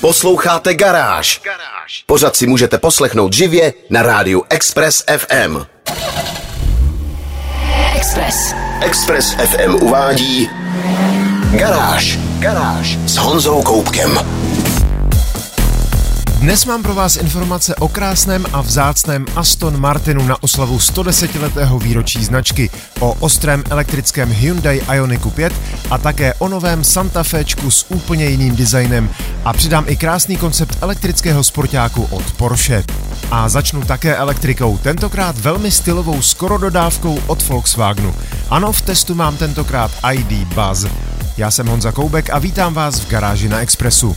Posloucháte Garáž. Pořad si můžete poslechnout živě na rádiu Express FM. Express FM uvádí Garáž s Honzou Koubkem. Dnes mám pro vás informace o krásném a vzácném Aston Martinu na oslavu 110letého výročí značky, o ostrém elektrickém Hyundai Ioniqu 5 a také o novém Santa Fečku s úplně jiným designem a přidám i krásný koncept elektrického sportáku od Porsche. A začnu také elektrikou, tentokrát velmi stylovou skoro dodávkou od Volkswagenu. Ano, v testu mám tentokrát ID Buzz. Já jsem Honza Koubek a vítám vás v Garáži na Expressu.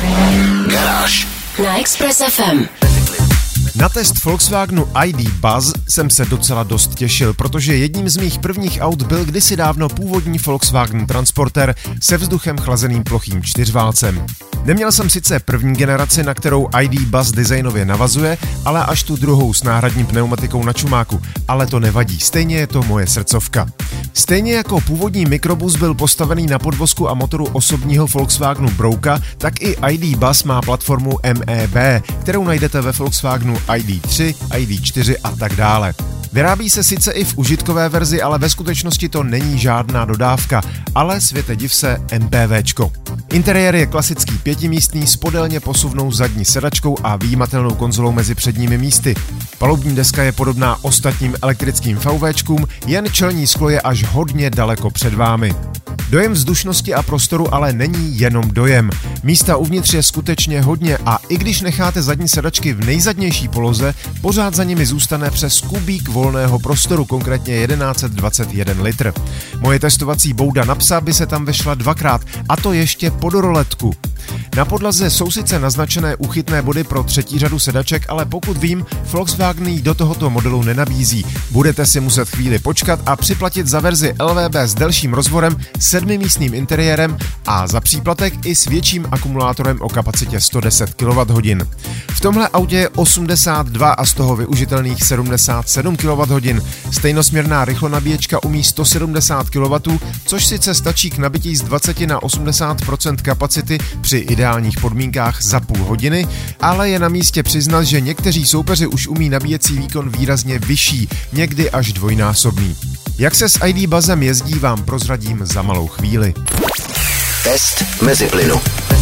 Garáž na Express FM. Na test Volkswagenu ID Buzz jsem se docela dost těšil, protože jedním z mých prvních aut byl kdysi dávno původní Volkswagen Transporter se vzduchem chlazeným plochým čtyřválcem. Neměl jsem sice první generaci, na kterou ID Buzz designově navazuje, ale až tu druhou s náhradní pneumatikou na čumáku, ale to nevadí, stejně je to moje srdcovka. Stejně jako původní mikrobus byl postavený na podvozku a motoru osobního Volkswagenu Brouka, tak i ID Buzz má platformu MEB, kterou najdete ve Volkswagenu ID3, ID4 a tak dále. Vyrábí se sice i v užitkové verzi, ale ve skutečnosti to není žádná dodávka, ale světe div se MPVčko. Interiér je klasický pětimístný s podélně posuvnou zadní sedačkou a vyjímatelnou konzolou mezi předními místy. Palubní deska je podobná ostatním elektrickým VWčkům, jen čelní sklo je až hodně daleko před vámi. Dojem vzdušnosti a prostoru ale není jenom dojem. Místa uvnitř je skutečně hodně a i když necháte zadní sedačky v nejzadnější poloze, pořád za nimi zůstane přes kubík volného prostoru, konkrétně 1121 litr. Moje testovací bouda na psa by se tam vešla dvakrát, a to ještě pod roletku. Na podlaze jsou sice naznačené úchytné body pro třetí řadu sedaček, ale pokud vím, Volkswagen ji do tohoto modelu nenabízí. Budete si muset chvíli počkat a připlatit za verzi LVB s delším rozvorem, 7místným interiérem a za příplatek i s větším akumulátorem o kapacitě 110 kWh. V tomhle autě je 82 a z toho využitelných 77 kWh. Stejnosměrná rychlonabíječka umí 170 kW, což sice stačí k nabití z 20 na 80% kapacity při ideálních podmínkách za půl hodiny, ale je na místě přiznat, že někteří soupeři už umí nabíjecí výkon výrazně vyšší, někdy až dvojnásobný. Jak se s ID Buzzem jezdí, vám prozradím za malou chvíli. Test meziplynu.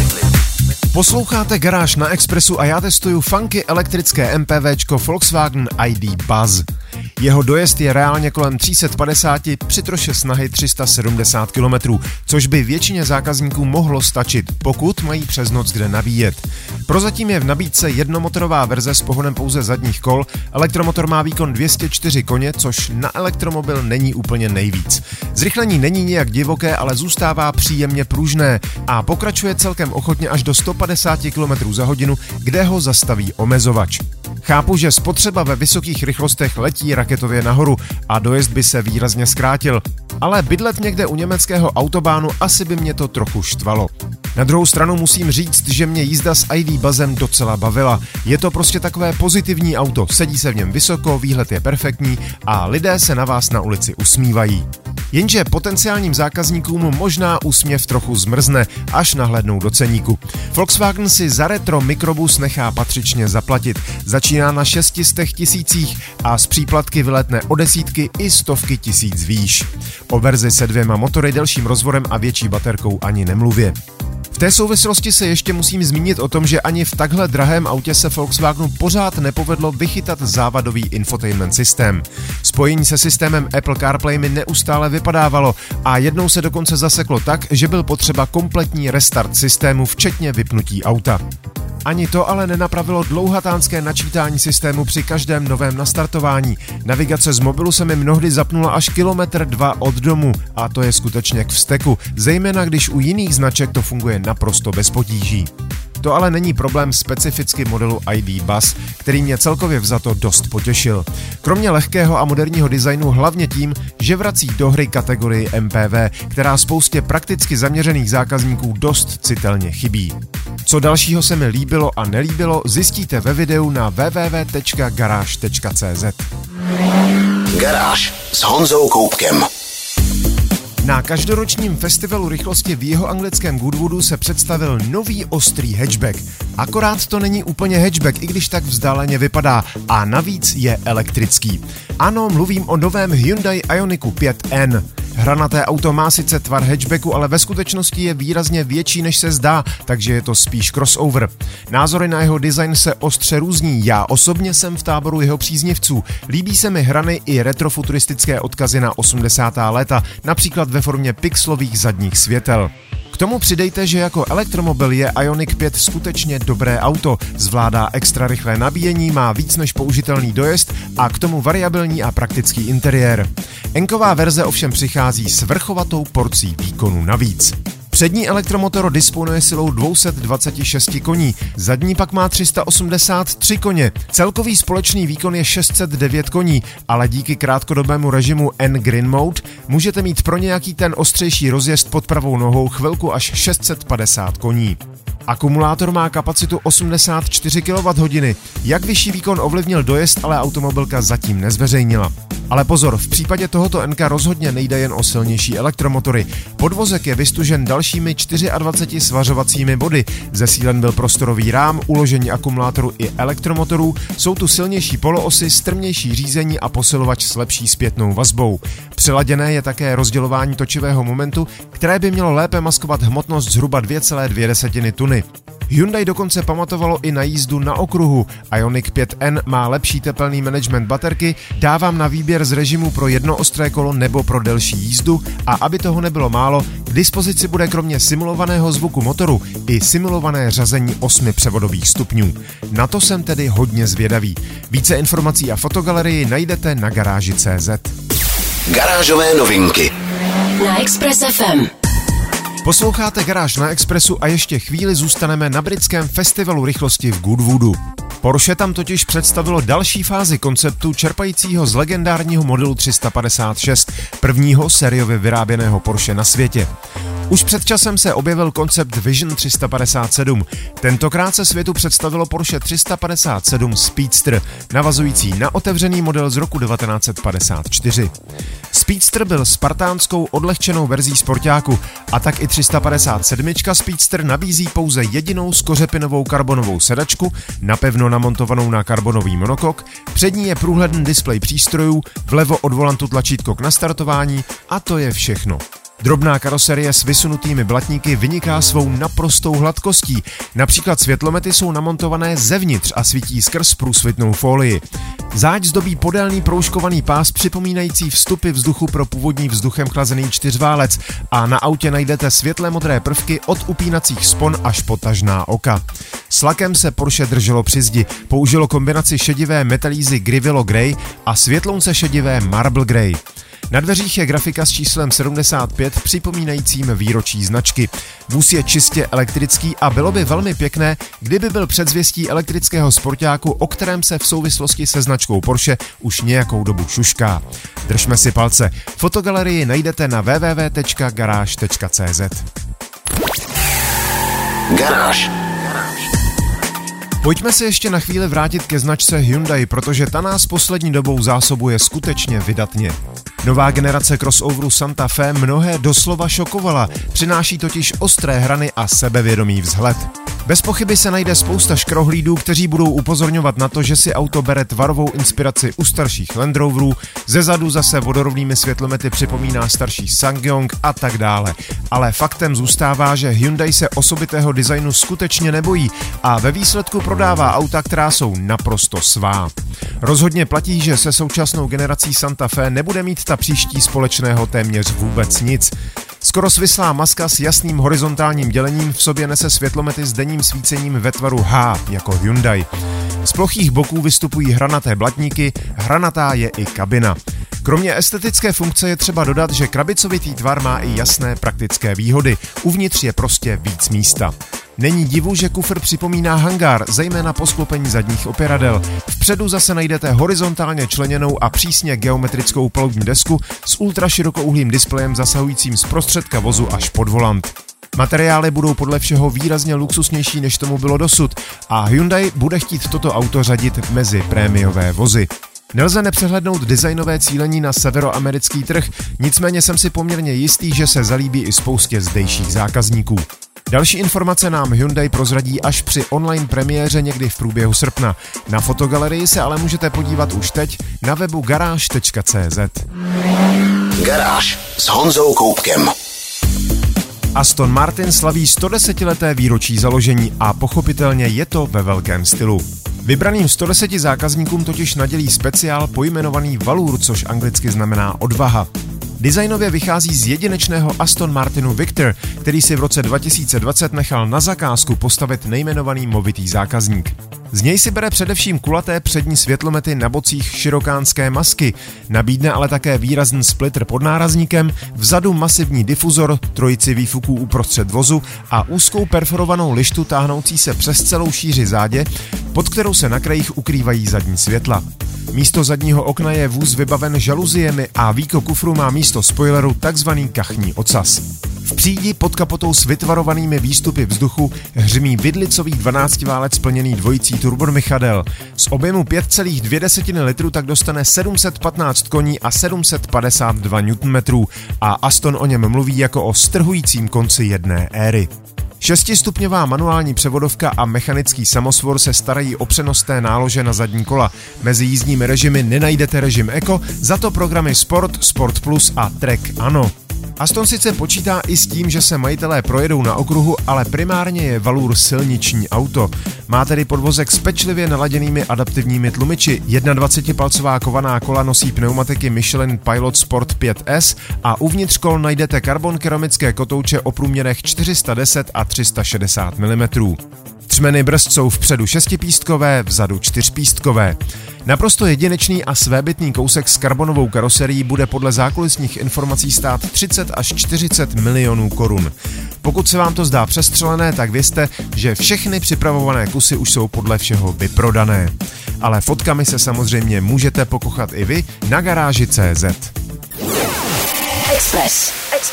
Posloucháte Garáž na Expressu a já testuju funky elektrické MPVčko Volkswagen ID Buzz. Jeho dojezd je reálně kolem 350, při troše snahy 370 km, což by většině zákazníků mohlo stačit, pokud mají přes noc kde nabíjet. Prozatím je v nabídce jednomotorová verze s pohonem pouze zadních kol, elektromotor má výkon 204 koně, což na elektromobil není úplně nejvíc. Zrychlení není nijak divoké, ale zůstává příjemně pružné a pokračuje celkem ochotně až do 150 km za hodinu, kde ho zastaví omezovač. Chápu, že spotřeba ve vysokých rychlostech letí raketově nahoru a dojezd by se výrazně zkrátil, ale bydlet někde u německého autobánu asi by mě to trochu štvalo. Na druhou stranu musím říct, že mě jízda s ID Buzzem docela bavila. Je to prostě takové pozitivní auto, sedí se v něm vysoko, výhled je perfektní a lidé se na vás na ulici usmívají. Jenže potenciálním zákazníkům možná úsměv trochu zmrzne, až nahlédnou do ceníku. Volkswagen si za retro mikrobus nechá patřičně zaplatit. Začíná na 600 tisících a z příplatky vyletne o desítky i stovky tisíc výš. O verzi se 2 motory, delším rozvorem a větší baterkou ani nemluvě. V té souvislosti se ještě musím zmínit o tom, že ani v takhle drahém autě se Volkswagenu pořád nepovedlo vychytat závadový infotainment systém. Spojení se systémem Apple CarPlay mi neustále vypadávalo a jednou se dokonce zaseklo tak, že byl potřeba kompletní restart systému včetně vypnutí auta. Ani to ale nenapravilo dlouhatánské načítání systému při každém novém nastartování. Navigace z mobilu se mi mnohdy zapnula až 1,2 kilometru od domu a to je skutečně k vzteku, zejména když u jiných značek to funguje naprosto bez potíží. To ale není problém specificky modelu ID Buzz, který mě celkově vzato dost potěšil. Kromě lehkého a moderního designu hlavně tím, že vrací do hry kategorii MPV, která spoustě prakticky zaměřených zákazníků dost citelně chybí. Co dalšího se mi líbilo a nelíbilo, zjistíte ve videu na www.garage.cz. Garáž s Honzou Koubkem. Na každoročním festivalu rychlosti v jihoanglickém Goodwoodu se představil nový ostrý hatchback. Akorát to není úplně hatchback, i když tak vzdáleně vypadá, a navíc je elektrický. Ano, mluvím o novém Hyundai Ioniqu 5N. Hranaté auto má sice tvar hatchbacku, ale ve skutečnosti je výrazně větší, než se zdá, takže je to spíš crossover. Názory na jeho design se ostře různí. Já osobně jsem v táboru jeho příznivců. Líbí se mi hrany i retrofuturistické odkazy na 80. léta, například ve formě pixelových zadních světel. K tomu přidejte, že jako elektromobil je Ioniq 5 skutečně dobré auto, zvládá extra rychlé nabíjení, má víc než použitelný dojezd a k tomu variabilní a praktický interiér. N-ková verze ovšem přichází s vrchovatou porcí výkonu navíc. Přední elektromotor disponuje silou 226 koní, zadní pak má 383 koně. Celkový společný výkon je 609 koní, ale díky krátkodobému režimu N-Green Mode můžete mít pro nějaký ten ostřejší rozjezd pod pravou nohou chvilku až 650 koní. Akumulátor má kapacitu 84 kWh. Jak vyšší výkon ovlivnil dojezd, ale automobilka zatím nezveřejnila. Ale pozor, v případě tohoto N-ka rozhodně nejde jen o silnější elektromotory. Podvozek je vystužen dalšími 24 svařovacími body. Zesílen byl prostorový rám, uložení akumulátoru i elektromotorů, jsou tu silnější poloosy, strmější řízení a posilovač s lepší zpětnou vazbou. Přiladěné je také rozdělování točivého momentu, které by mělo lépe maskovat hmotnost zhruba 2,2 tuny. Hyundai dokonce pamatovalo i na jízdu na okruhu. Ioniq 5N má lepší tepelný management baterky, dávám na výběr z režimu pro jednoostré kolo nebo pro delší jízdu a aby toho nebylo málo, k dispozici bude kromě simulovaného zvuku motoru i simulované řazení 8 převodových stupňů. Na to jsem tedy hodně zvědavý. Více informací a fotogalerii najdete na garáži.cz. Garážové novinky na Express FM. Posloucháte Garáž na Expressu a ještě chvíli zůstaneme na britském festivalu rychlosti v Goodwoodu. Porsche tam totiž představilo další fázi konceptu čerpajícího z legendárního modelu 356, prvního sériově vyráběného Porsche na světě. Už před časem se objevil koncept Vision 357. Tentokrát se světu představilo Porsche 357 Speedster, navazující na otevřený model z roku 1954. Speedster byl spartánskou odlehčenou verzí sportáku a tak i 357 Speedster nabízí pouze jedinou skořepinovou karbonovou sedačku, napevno namontovanou na karbonový monokok, před ní je průhledný displej přístrojů, vlevo od volantu tlačítko k nastartování a to je všechno. Drobná karoserie s vysunutými blatníky vyniká svou naprostou hladkostí. Například světlomety jsou namontované zevnitř a svítí skrz průsvitnou folii. Záď zdobí podélný proužkovaný pás připomínající vstupy vzduchu pro původní vzduchem chlazený čtyřválec a na autě najdete světle modré prvky od upínacích spon až po tažná oka. S lakem se Porsche drželo při zdi, použilo kombinaci šedivé metalízy Grivilo Grey a světlounce šedivé Marble Grey. Na dveřích je grafika s číslem 75 připomínajícím výročí značky. Vůz je čistě elektrický a bylo by velmi pěkné, kdyby byl předzvěstí elektrického sportáku, o kterém se v souvislosti se značkou Porsche už nějakou dobu šušká. Držme si palce. Fotogalerii najdete na www.garage.cz. Garáž. Pojďme se ještě na chvíli vrátit ke značce Hyundai, protože ta nás poslední dobou zásobuje skutečně vydatně. Nová generace crossoveru Santa Fe mnohé doslova šokovala, přináší totiž ostré hrany a sebevědomý vzhled. Bez pochyby se najde spousta škrohlídů, kteří budou upozorňovat na to, že si auto bere tvarovou inspiraci u starších Land Roverů, zezadu zase vodorovnými světlomety připomíná starší Ssangyong a tak dále. Ale faktem zůstává, že Hyundai se osobitého designu skutečně nebojí a ve výsledku prodává auta, která jsou naprosto svá. Rozhodně platí, že se současnou generací Santa Fe nebude mít ta příští společného téměř vůbec nic. Skoro svislá maska s jasným horizontálním dělením v sobě nese světlomety s denním svícením ve tvaru H, jako Hyundai. Z plochých boků vystupují hranaté blatníky, hranatá je i kabina. Kromě estetické funkce je třeba dodat, že krabicovitý tvar má i jasné praktické výhody. Uvnitř je prostě víc místa. Není divu, že kufr připomíná hangár, zejména po sklopení zadních opěradel. Vpředu zase najdete horizontálně členěnou a přísně geometrickou palubní desku s ultraširokouhlým displejem zasahujícím z prostředka vozu až pod volant. Materiály budou podle všeho výrazně luxusnější, než tomu bylo dosud a Hyundai bude chtít toto auto řadit mezi prémiové vozy. Nelze nepřehlednout designové cílení na severoamerický trh, nicméně jsem si poměrně jistý, že se zalíbí i spoustě zdejších zákazníků. Další informace nám Hyundai prozradí až při online premiéře někdy v průběhu srpna. Na fotogalerii se ale můžete podívat už teď na webu garáž.cz. Garáž s Honzou Koupkem. Aston Martin slaví 110leté výročí založení a pochopitelně je to ve velkém stylu. Vybraným 110 zákazníkům totiž nadělí speciál pojmenovaný Valour, což anglicky znamená odvaha. Designově vychází z jedinečného Aston Martinu Victor, který si v roce 2020 nechal na zakázku postavit nejmenovaný movitý zákazník. Z něj si bere především kulaté přední světlomety na bocích širokánské masky, nabídne ale také výrazný splitter pod nárazníkem, vzadu masivní difuzor, trojici výfuků uprostřed vozu a úzkou perforovanou lištu táhnoucí se přes celou šíři zádě, pod kterou se na krajích ukrývají zadní světla. Místo zadního okna je vůz vybaven žaluziemi a víko kufru má místo spoileru takzvaný kachní ocas. V přídi pod kapotou s vytvarovanými výstupy vzduchu hřmí vidlicový 12válec plněný dvojicí turbomychadel. Z objemu 5,2 litru tak dostane 715 koní a 752 Nm a Aston o něm mluví jako o strhujícím konci jedné éry. 6stupňová manuální převodovka a mechanický samosvor se starají o přenosné nálože na zadní kola. Mezi jízdními režimy nenajdete režim Eco, za to programy Sport, Sport Plus a Trek ano. Aston sice počítá i s tím, že se majitelé projedou na okruhu, ale primárně je Valour silniční auto. Má tedy podvozek s pečlivě naladěnými adaptivními tlumiči, 21palcová kovaná kola nosí pneumatiky Michelin Pilot Sport 5S a uvnitř kol najdete karbon keramické kotouče o průměrech 410 a 360 mm. Třmeny brzd jsou vpředu 6pístkové, vzadu 4pístkové. Naprosto jedinečný a svébytný kousek s karbonovou karoserií bude podle zákulisních informací stát 30 až 40 milionů korun. Pokud se vám to zdá přestřelené, tak vězte, že všechny připravované kusy už jsou podle všeho vyprodané. Ale fotkami se samozřejmě můžete pokochat i vy na garáži.cz. Express.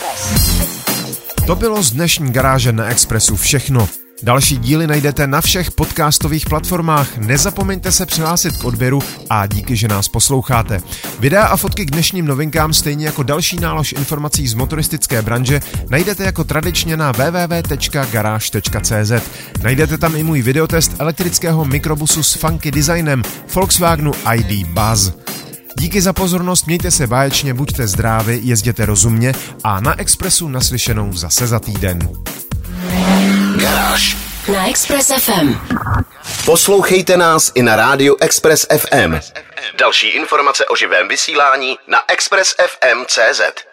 To bylo z dnešní garáže na Expressu všechno. Další díly najdete na všech podcastových platformách. Nezapomeňte se přihlásit k odběru a díky, že nás posloucháte. Videa a fotky k dnešním novinkám, stejně jako další nálož informací z motoristické branže, najdete jako tradičně na www.garage.cz. Najdete tam i můj videotest elektrického mikrobusu s funky designem Volkswagenu ID Buzz. Díky za pozornost, mějte se báječně, buďte zdraví, jezděte rozumně a na Expressu naslyšenou zase za týden. Garáž Na Express FM. Poslouchejte nás i na rádiu Express FM. Další informace o živém vysílání na expressfm.cz.